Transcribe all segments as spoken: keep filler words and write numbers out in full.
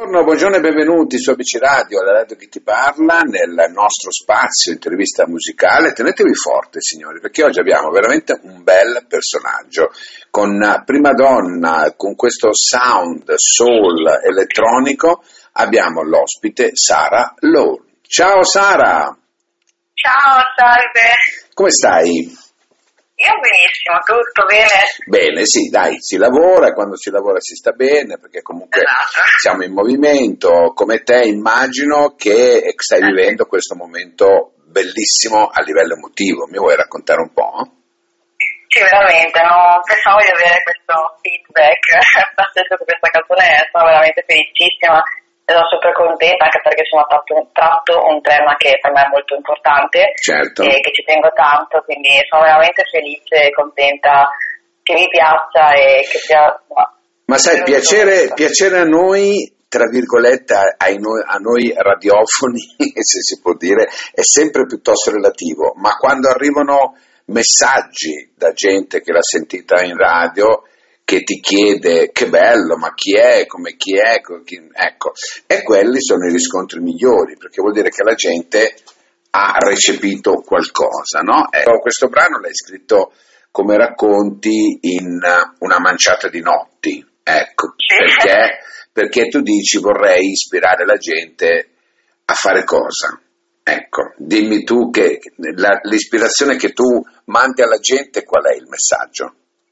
Buongiorno, buongiorno e benvenuti su A B C Radio, la radio che ti parla, nel nostro spazio intervista musicale. Tenetevi forte, signori, perché oggi abbiamo veramente un bel personaggio, con prima donna, con questo sound soul elettronico, abbiamo l'ospite Sara Lowe. Ciao Sara! Ciao, salve! Come stai? Io benissimo, tutto bene? Bene, sì, dai, si lavora, quando si lavora si sta bene, perché comunque esatto. Siamo in movimento. Come te immagino che stai vivendo questo momento bellissimo a livello emotivo. Mi vuoi raccontare un po'? Sì, veramente, non pensavo di avere questo feedback pazzesco su questa canzone, sono veramente felicissima e sono super contenta, anche perché sono tratto, tratto un tema che per me è molto importante, certo, e che ci tengo tanto, quindi sono veramente felice e contenta che mi piaccia e che sia... No, ma sai, piacere, piacere a noi, tra virgolette, a, a, noi, a noi radiofoni, se si può dire, è sempre piuttosto relativo, ma quando arrivano messaggi da gente che l'ha sentita in radio, che ti chiede che bello, ma chi è, come chi è, chi... ecco, e quelli sono i riscontri migliori, perché vuol dire che la gente ha recepito qualcosa, no? Ecco, questo brano l'hai scritto come racconti in una manciata di notti, ecco, perché, perché tu dici vorrei ispirare la gente a fare cosa? Ecco, dimmi tu che la, l'ispirazione che tu mandi alla gente, qual è il messaggio?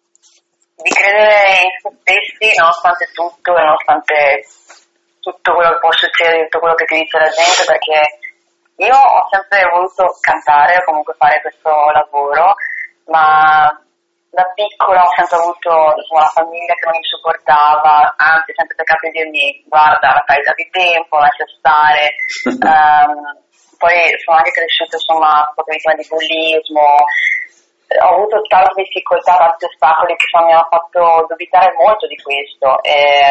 Di credere in se stessi nonostante tutto e nonostante tutto quello che può succedere, tutto quello che ti dice la gente, perché io ho sempre voluto cantare o comunque fare questo lavoro, ma da piccola ho sempre avuto insomma, una famiglia che non mi supportava, anzi sempre cercato di dirmi guarda, la fai già di tempo, lascia stare. um, poi sono anche cresciuta insomma sotto vittima di bullismo. Ho avuto tante difficoltà, tanti ostacoli che mi hanno fatto dubitare molto di questo e,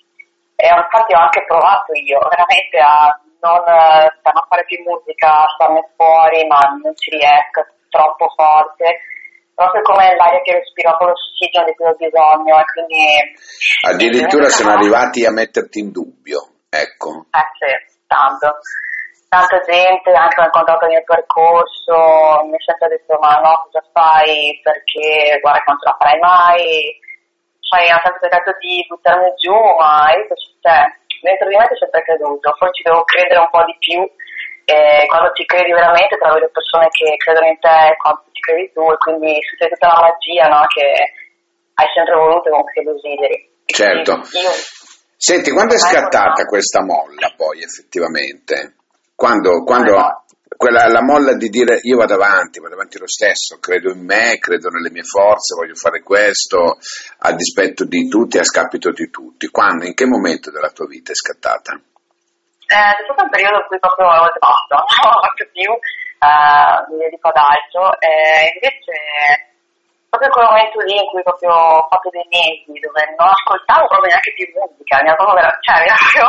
e infatti ho anche provato io veramente a non, a non fare più musica, a starne fuori, ma non ci riesco, è troppo forte, proprio come l'aria che respiro, con l'ossigeno di cui ho bisogno e quindi... Addirittura sono arrivati a metterti in dubbio, ecco. Eh sì, tanto. Tanta gente, anche ho incontrato il mio percorso, mi è sempre detto ma no, cosa fai, perché guarda che non ce la farai mai, cioè ho sempre cercato di buttarmi giù, ma io cioè, dentro di me ci ho sempre creduto, poi ci devo credere un po' di più, e quando ci credi veramente trovi le persone che credono in te quando ci credi tu, e quindi succede tutta la magia, no, che hai sempre voluto e comunque desideri. Certo. Io, Senti, quando è scattata questa molla poi effettivamente? Quando, quando quella, la molla di dire io vado avanti, vado avanti lo stesso, credo in me, credo nelle mie forze, voglio fare questo a dispetto di tutti, a scapito di tutti. Quando, in che momento della tua vita è scattata? Eh, è stato un periodo in cui proprio ho detto basta, non faccio più, eh, mi dedico ad altro, e invece proprio quel momento lì in cui proprio ho fatto dei mesi dove non ascoltavo proprio neanche più musica, mi ha proprio, cioè, mi ha proprio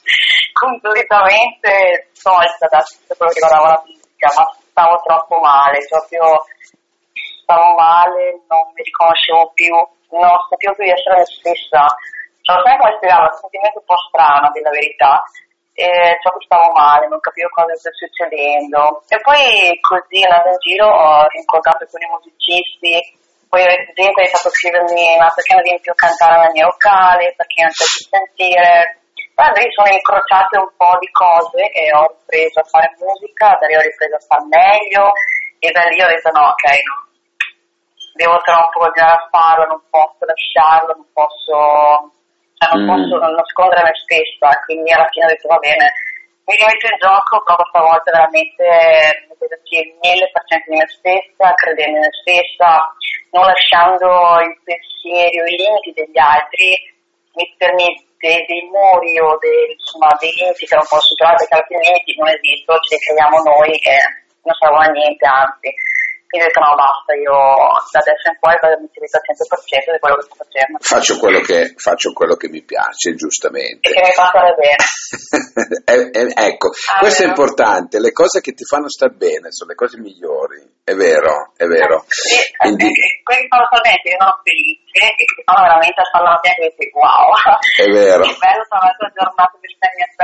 completamente tolta da tutto quello che riguardava la musica, ma stavo troppo male, proprio stavo male, non mi riconoscevo più, non sentivo più di essere me stessa, non so come spiegare, un sentimento un po' strano della verità, e ciò che stavo male, non capivo cosa stava succedendo, e poi così andando in giro ho incontrato alcuni musicisti. Poi gente ha iniziato a scrivermi ma perché non vieni più a cantare nel mio locale, perché non c'è più sentire. Poi lì sono incrociate un po' di cose e ho ripreso a fare musica, da lì ho ripreso a far meglio e da lì ho detto no, ok, no, devo troppo continuare a farlo, non posso lasciarlo, non posso, cioè non mm. posso nascondere me stessa, quindi alla fine ho detto va bene, mi rimetto in gioco, proprio stavolta veramente mettendoci il mille per cento di me stessa, credendo in me stessa, non lasciando i pensieri o i limiti degli altri, mettermi dei, dei muri o dei, insomma, dei limiti che non posso superare, perché altri limiti non esistono, ce li creiamo noi che non servono a niente, anzi. Quindi ho detto no, basta, io da adesso in poi mi utilizzo al cento per cento di quello che sto facendo. Faccio quello che, faccio quello che mi piace, giustamente. E che mi fa stare bene. eh, eh, ecco, ah, questo vero. È importante, le cose che ti fanno star bene sono le cose migliori, è vero, è vero. Sì, Quindi... eh, quelli che fanno star bene, che sono felice e che ti fanno veramente stare la mattina e dici wow. È vero. Che bello stare la tua giornata per stare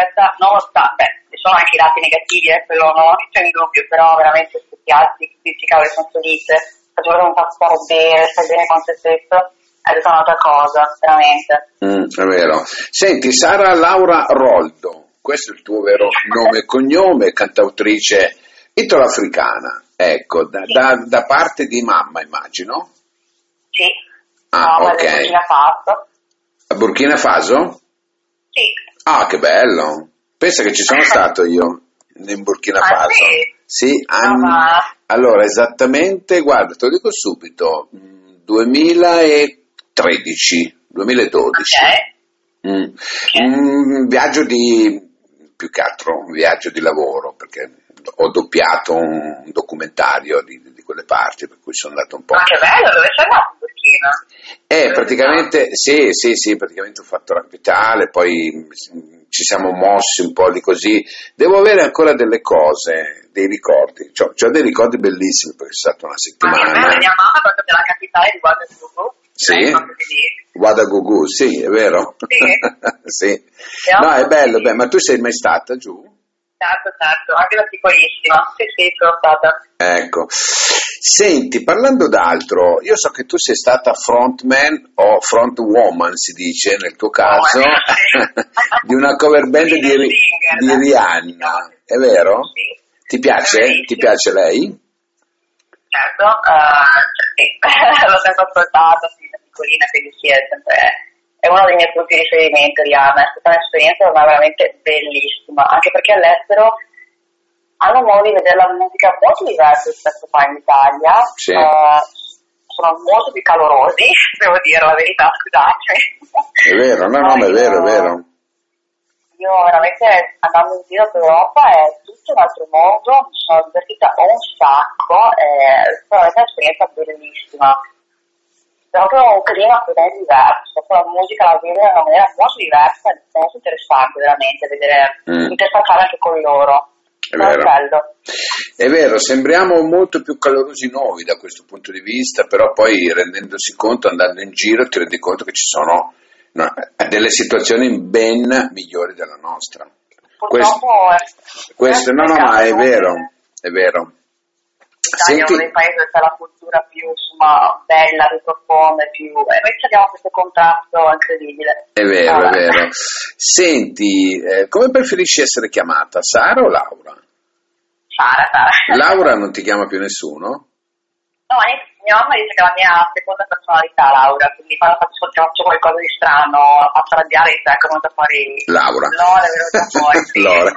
aspetta, nonostante, ci sono anche i lati negativi, eh, quello non ho messo in dubbio, però veramente questi altri, dici cavolo, sono felice, faccio un po' stare bene, stai bene con te stesso, è tutta un'altra cosa, veramente. Mm, è vero. Senti, Sara Laura Roldo, questo è il tuo vero nome e cognome, cantautrice italo-africana, ecco, da, Sì. da, da parte di mamma, immagino? Sì, Ah, no, ok. Burkina Faso. A Burkina Faso? Sì. Ah, che bello! Pensa che ci sono stato io in Burkina Ah, Faso. sì? Sì, Ah, anni... ma... Allora, esattamente, guarda, te lo dico subito, mh, duemilatredici, duemiladodici. Ok. Mm. Ok. Un viaggio di, più che altro, un viaggio di lavoro, perché ho doppiato un documentario di, di quelle parti, per cui sono andato un po'. Ma che bello, dove sei andato in Burkina? Eh, Dove sei praticamente, sì, sì, sì, praticamente ho fatto la capitale, poi ci siamo mossi un po' di così. Devo avere ancora delle cose, dei ricordi. C'ho, c'ho dei ricordi bellissimi perché è stata una stato? Ma che bello, settimana. mia mamma quando c'è la capitale di Ouagadougou. Sì, Lei proprio di... Ouagadougou, sì, è vero? Sì. Sì. Sì, No, è bello, sì. beh, ma tu sei mai stata giù? Certo, certo, anche da piccolissima. Sì, sì, sono stata. Ecco. Senti, parlando d'altro, io so che tu sei stata frontman o frontwoman, si dice nel tuo caso, di una cover band di, Ri- di Rihanna, è vero? Sì. Ti piace? Ti piace lei? Certo, uh, sì, l'ho sempre ascoltato fin da piccolina, quindi sì, è sempre è uno dei miei punti di riferimento, Rihanna. È stata un'esperienza ormai veramente bellissima, anche perché all'estero hanno modo di vedere la musica molto diverso rispetto qua in Italia. Sì. Uh, sono molto più calorosi, devo dire la verità, scusate. È vero, no, no, ma è vero, è vero. Io veramente andando in giro per Europa è tutto un altro mondo, mi sono divertita un sacco, è veramente un'esperienza bellissima. Proprio un clima ben diverso, la musica la vedo in una maniera molto diversa, è molto interessante veramente vedere, Mm. interfacciare anche con loro. È vero. Bello. È vero, sembriamo molto più calorosi noi da questo punto di vista, però poi rendendosi conto, andando in giro, ti rendi conto che ci sono no, delle situazioni ben migliori della nostra. Purtroppo questo, questo no, no, ma è vero, è vero. L'Italia è uno dei paesi dove c'è la cultura più insomma, bella, più profonda, più... e noi abbiamo questo contrasto incredibile. È vero, ah, è vero. Senti, eh, come preferisci essere chiamata, Sara o Laura? Sara, Sara. Laura non ti chiama più nessuno? No, mia mamma dice che è la mia seconda personalità, Laura, quindi quando faccio, faccio qualcosa di strano, la faccio arrabbiare, dice ecco, è venuta fuori... Laura. Laura è venuta fuori, sì. Laura.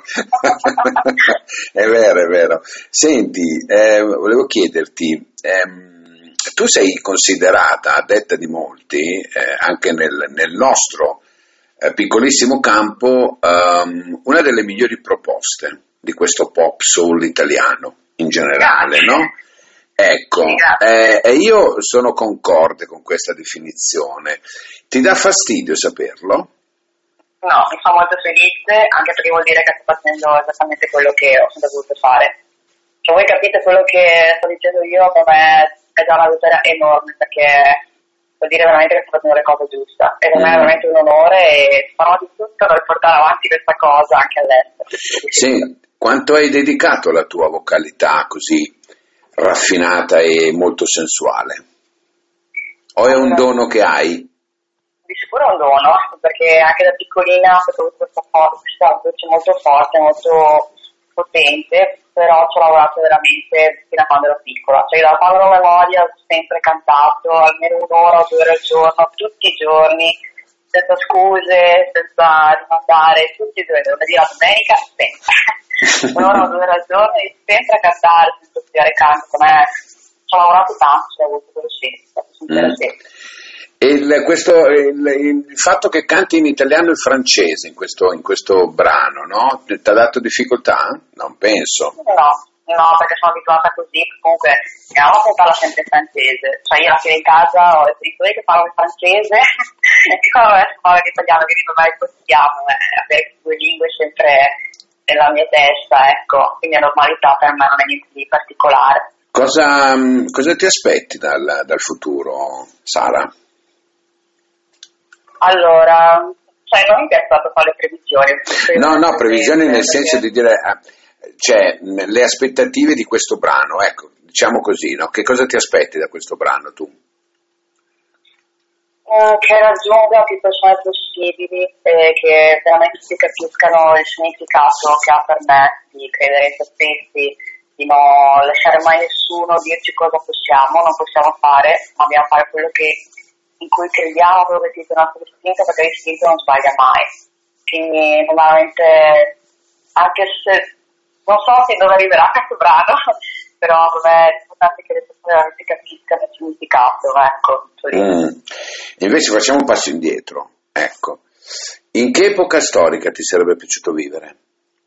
È vero, è vero. Senti, eh, volevo chiederti, ehm, tu sei considerata, a detta di molti, eh, anche nel, nel nostro eh, piccolissimo campo, ehm, una delle migliori proposte di questo pop soul italiano in generale, Grazie. no? Ecco, eh, e io sono concorde con questa definizione. Ti dà fastidio saperlo? No, mi fa molto felice, anche perché vuol dire che sto facendo esattamente quello che ho sempre voluto fare. Cioè, voi capite quello che sto dicendo io, per me è già una vittoria enorme, perché vuol dire veramente che sto facendo le cose giuste. E per mm. me è veramente un onore e farò di tutto per portare avanti questa cosa anche all'estero. Sì, quanto hai dedicato la tua vocalità così raffinata e molto sensuale? O è un dono che hai? Di sicuro è un dono, perché anche da piccolina ho avuto questa voce molto forte, molto potente, però ci ho lavorato veramente fino a quando ero piccola. Cioè da quando ho memoria ho sempre cantato, almeno un'ora o due ore al giorno, tutti i giorni, senza scuse, senza rimandare, tutti i giorni, lunedì la domenica, sempre. Un'ora o due ore al giorno e sempre a cantare, senza studiare canto. Con me ci ho lavorato tanto, ci ho avuto quello sì, sincero sì. Il, questo, il, il fatto che canti in italiano e francese in questo, in questo brano, no? Ti ha dato difficoltà? Non penso. No, no, perché sono abituata così, comunque mia mamma che parla sempre in francese, cioè io alla fine in casa ho i genitori che parlano in francese e quando adesso parlo in italiano, quindi per me il quotidiano è avere due lingue sempre nella mia testa, ecco, quindi è normalità per me, non è niente di particolare. Cosa, cosa ti aspetti dal, dal futuro, Sara? Allora, cioè, non mi piace tanto fare le previsioni. No, no, previsioni nel senso di dire, cioè, le aspettative di questo brano, ecco, diciamo così, no? Che cosa ti aspetti da questo brano tu? Uh, che raggiunga più persone possibili e che veramente si capiscano il significato che ha per me di credere in se stessi, di non lasciare mai nessuno dirci cosa possiamo, non possiamo fare, ma dobbiamo fare quello che, in cui crediamo, quello che si dice il nostro istinto, perché l'istinto non sbaglia mai. Quindi veramente, anche se non so se dove arriverà questo brano, però per me è importante che le persone veramente capiscano il significato, ecco. Mm. Invece facciamo un passo indietro, ecco. In che epoca storica ti sarebbe piaciuto vivere?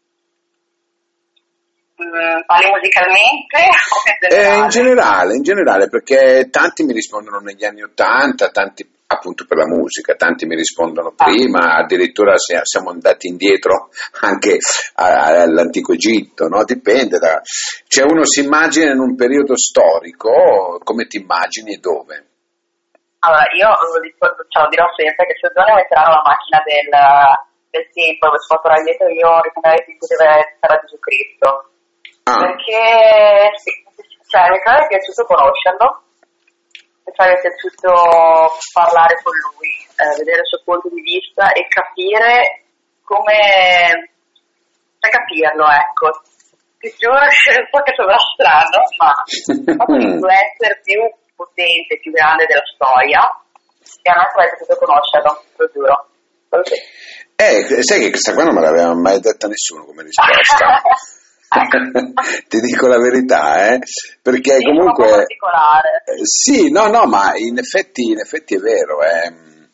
Mm, parli musicalmente? In generale? Eh, in generale, in generale, perché tanti mi rispondono negli anni Ottanta, tanti appunto per la musica, tanti mi rispondono prima, addirittura siamo andati indietro anche all'antico Egitto, no? Dipende da... Cioè uno si immagina in un periodo storico, come ti immagini e dove? Allora, io lo, dico, ce lo dirò sempre che se giorni metteranno la macchina del, del tempo e si può tornare indietro, io ritenderei che deve essere Gesù Cristo. Ah. Perché sì, cioè, mi sarebbe piaciuto conoscerlo, mi sarebbe piaciuto parlare con lui, eh, vedere il suo punto di vista e capire come, cioè capirlo, ecco. Ti giuro che so che sembra strano, ma il fatto di essere più potente, più grande della storia, e a me sarebbe piaciuto conoscerlo, lo giuro. Così. Eh, sai che questa qua non me l'aveva mai detta nessuno come risposta. Ti dico la verità, eh? Perché sì, comunque un po' particolare. Eh, sì, no, no, ma in effetti, in effetti è vero, è,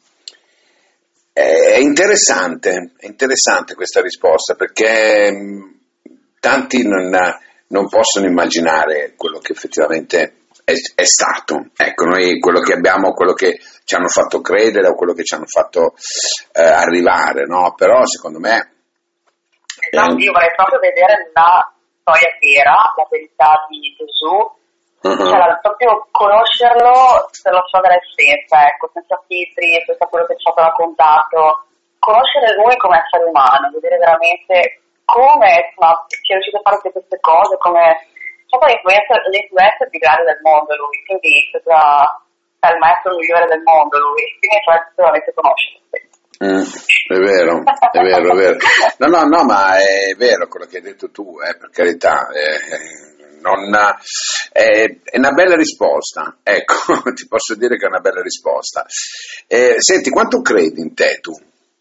è interessante, è interessante questa risposta perché mh, tanti non, non possono immaginare quello che effettivamente è, è stato. Ecco, noi quello che abbiamo, quello che ci hanno fatto credere o quello che ci hanno fatto eh, arrivare, no? Però secondo me esatto, io vorrei proprio vedere la storia vera, la verità di Gesù, uh-huh. Cioè proprio conoscerlo per la sua vera essenza, ecco, senza filtri, senza quello che ci è stato raccontato, conoscere lui come essere umano, vedere veramente come ma, si è riuscito a fare tutte queste cose, come è stato l'influencer, l'influencer più grande del mondo lui, quindi è il maestro migliore del mondo lui, quindi è veramente conoscerlo. Mm, è vero, è vero, è vero. No, no, no, ma è vero quello che hai detto tu, eh, per carità. Eh, non, eh, è una bella risposta, ecco, ti posso dire che è una bella risposta. Eh, senti, quanto credi in te tu?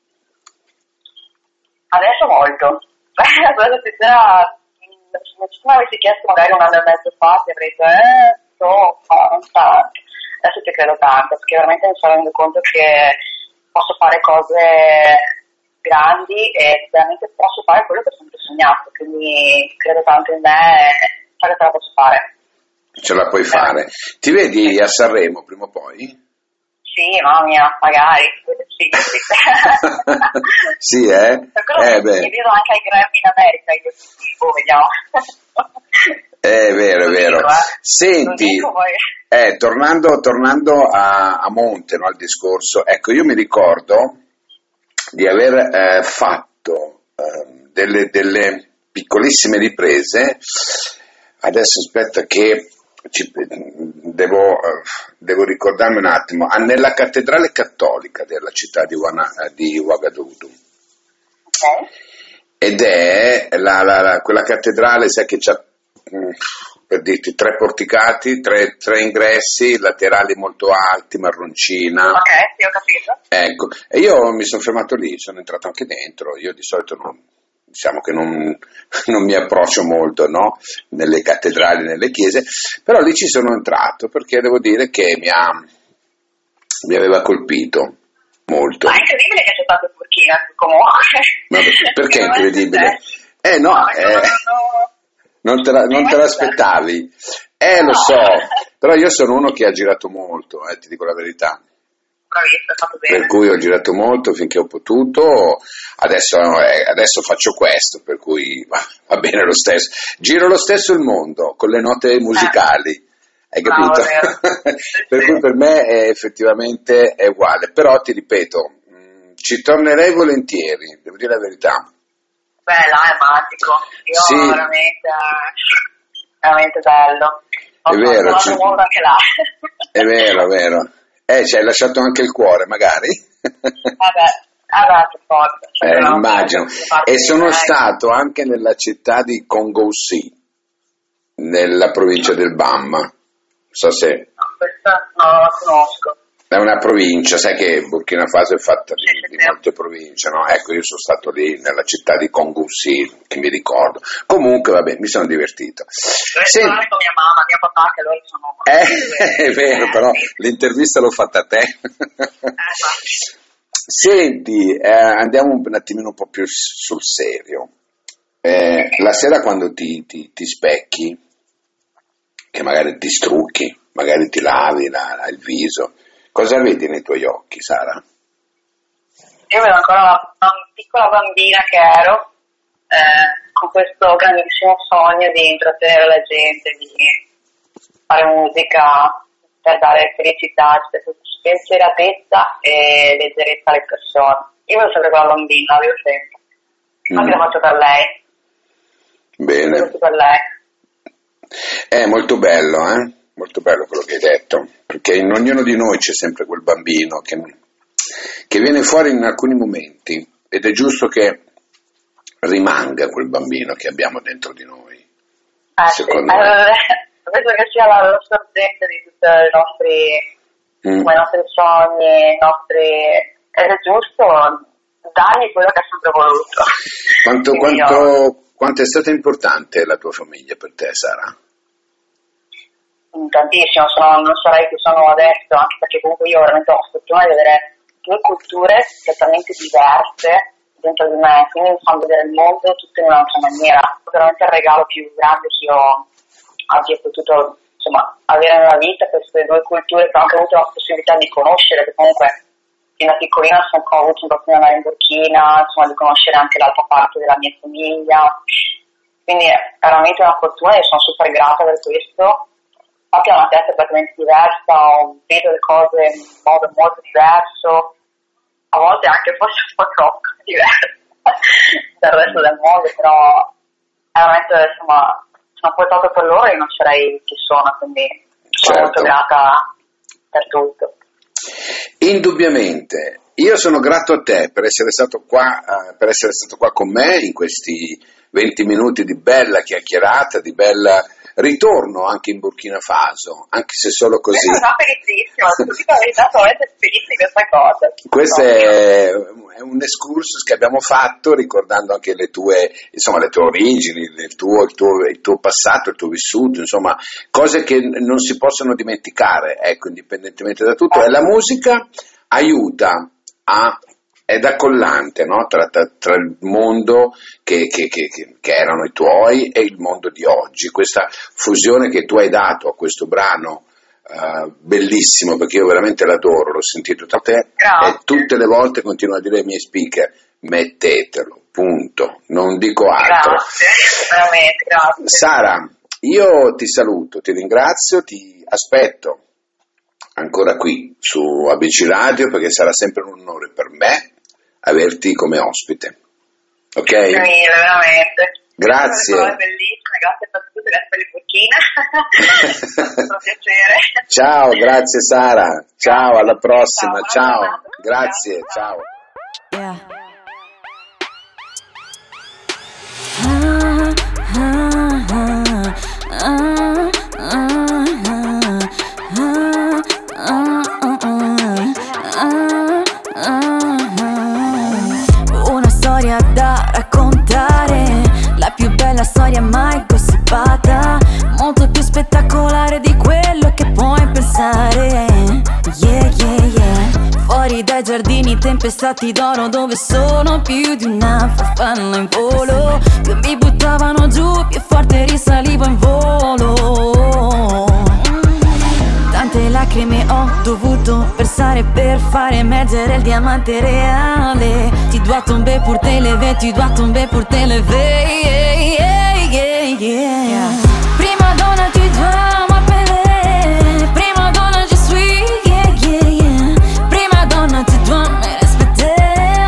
Adesso molto. Adesso sincera, se mi avessi chiesto magari un anno e mezzo fa, ti avrei detto, eh, no, non tanto. Adesso ci credo tanto, perché veramente mi sono reso conto che posso fare cose grandi e veramente posso fare quello che ho sempre sognato, quindi credo tanto in me e so che ce la posso fare. Ce la puoi fare. Ti vedi a Sanremo prima o poi? Sì, mamma mia, magari. Sì, sì. Sì, eh? Per quello eh, mi vedo anche ai Grammy in America, io tipo, vediamo. È vero, è vero. Dico, eh. Senti, dico, eh, tornando, tornando a, a monte, no, al discorso, ecco, io mi ricordo di aver eh, fatto eh, delle, delle piccolissime riprese, adesso aspetta che ci, devo, devo ricordarmi un attimo, nella cattedrale cattolica della città di, Wana, di Ouagadougou. Okay. Ed è la, la, la, quella cattedrale, sai che c'ha, per dirti, tre porticati, tre, tre ingressi, laterali molto alti, marroncina. Ok, sì, ho capito. Ecco, e io mi sono fermato lì, sono entrato anche dentro, io di solito non, diciamo che non, non mi approccio molto, no? Nelle cattedrali, nelle chiese, però lì ci sono entrato perché devo dire che mi, ha, mi aveva colpito molto. Ma è incredibile che c'è stato il Burkina comunque. Ma perché è incredibile? Eh no, no eh, non, te la, non te l'aspettavi. Eh no. Lo so, però io sono uno che ha girato molto, eh, ti dico la verità. Bravissimo, fatto bene. Per cui ho girato molto finché ho potuto, adesso, eh, adesso faccio questo, per cui va, va bene lo stesso. Giro lo stesso il mondo, con le note musicali. Eh. Hai capito? Bravo, Per cui per me è effettivamente è uguale, però ti ripeto, mh, ci tornerei volentieri, devo dire la verità. Beh, là è magico, io sì. veramente, veramente bello. Ho è vero, ci... anche là. È vero, è vero. Eh, ci hai lasciato anche il cuore, magari? Vabbè, vabbè, che forte. Cioè, eh, no, immagino. E sono eh. stato anche nella città di Kongousi, nella provincia del Bamma. Non so se... No, questa non la conosco. È una provincia, sai che Burkina Faso è fatta di, sì, di sì. molte province, no? Ecco, io sono stato lì nella città di Kongousi, che mi ricordo. Comunque, vabbè, mi sono divertito. Senti, con mia mamma, mio papà, che loro sono... Eh, è vero, però l'intervista l'ho fatta a te. Eh, Senti, eh, andiamo un attimino un po' più sul serio. Eh, la sera quando ti, ti, ti specchi, che magari ti strucchi, magari ti lavi la, la, il viso, cosa vedi nei tuoi occhi, Sara? Io vedo ancora una, una piccola bambina che ero, eh, con questo grandissimo sogno di intrattenere la gente, di fare musica per dare felicità, spensieratezza e leggerezza alle persone. Io vedo sempre quella bambina, la vedo sempre. Anche Mm. la faccio per lei. Bene. Lo faccio per lei. È molto bello, eh? Molto bello quello che hai detto, perché in ognuno di noi c'è sempre quel bambino che, che viene fuori in alcuni momenti ed è giusto che rimanga quel bambino che abbiamo dentro di noi. Eh, secondo sì. me. Eh, penso che sia la, la sorgente di tutti i nostri, Mm. i nostri sogni, i nostri... ed è giusto dargli quello che ha sempre voluto. Quanto, Quindi quanto, io- quanto è stata importante la tua famiglia per te, Sara? tantissimo, sono, non sarei che sono adesso, anche perché comunque io veramente ho la fortuna di avere due culture totalmente diverse dentro di me, quindi mi fanno vedere il mondo tutto in un'altra maniera. Veramente il regalo più grande che io abbia potuto, insomma, avere nella vita, queste due culture che ho anche avuto la possibilità di conoscere, perché comunque fino a piccolina sono ho avuto l'opportunità di andare in Burkina, insomma, di conoscere anche l'altra parte della mia famiglia, quindi è veramente una fortuna e sono super grata per questo. Infatti ho una testa completamente diversa, vedo le cose in modo molto diverso, a volte anche forse un po' troppo diverso dal resto del mondo, però è veramente, insomma, sono portato per loro e non sarei chi sono, quindi sono Certo. molto grata per tutto. Indubbiamente, io sono grato a te per essere stato qua, eh, per essere stato qua con me in questi venti minuti di bella chiacchierata, di bella ritorno anche in Burkina Faso, anche se solo così. Io sono felicissima, ti dico la verità, sono veramente felice di questa cosa. Questo No. è, è un excursus che abbiamo fatto ricordando anche le tue, insomma, le tue origini, il tuo, il, tuo, il tuo passato, il tuo vissuto, insomma, cose che non si possono dimenticare, ecco, indipendentemente da tutto. E la musica aiuta a, ed accollante, no? tra, tra, tra il mondo che, che, che, che erano i tuoi e il mondo di oggi. Questa fusione che tu hai dato a questo brano, uh, bellissimo, perché io veramente l'adoro, l'ho sentito da te, Grazie. e tutte le volte continuo a dire ai miei speaker, mettetelo, punto, non dico altro. Grazie, veramente, grazie. Sara, io ti saluto, ti ringrazio, ti aspetto ancora qui su A B C Radio, perché sarà sempre un onore per me averti come ospite. Ok? Grazie mille, veramente. Grazie. Sono bellissime, grazie per tutto, grazie per il Burkina. È un piacere. Ciao, grazie Sara. Ciao, alla prossima. Ciao, Ciao. Grazie, ciao. Yeah. Ah, ah, ah, ah, ah, ah. Una storia da raccontare, la più bella storia mai gossipata, molto più spettacolare di quello che puoi pensare. Yeah, yeah, yeah. Fuori dai giardini tempestati d'oro, dove sono più di una farfalla in volo, che mi buttavano giù, più forte risalivo in volo. Tante lacrime ho dovuto versare per fare emergere il diamante reale. Ti dois tomber pour t'élever, tu dois tomber pour t'élever. Yeah, yeah, yeah, yeah. Prima donna tu dois m'appeler, prima donna je suis, yeah, yeah, yeah. Prima donna tu dois me respecter.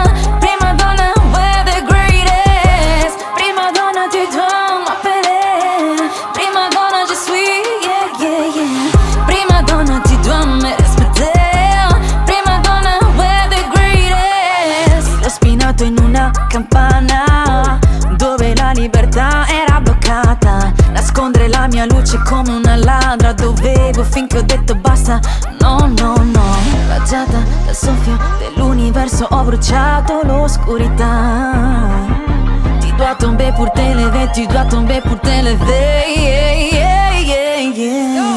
mia luce come una ladra. Dovevo finché ho detto basta, no, no, no. Baciata dal soffio dell'universo, ho bruciato l'oscurità. Ti dois tomber pour t'élever, tu dois tomber pour t'élever, yeah, yeah, yeah.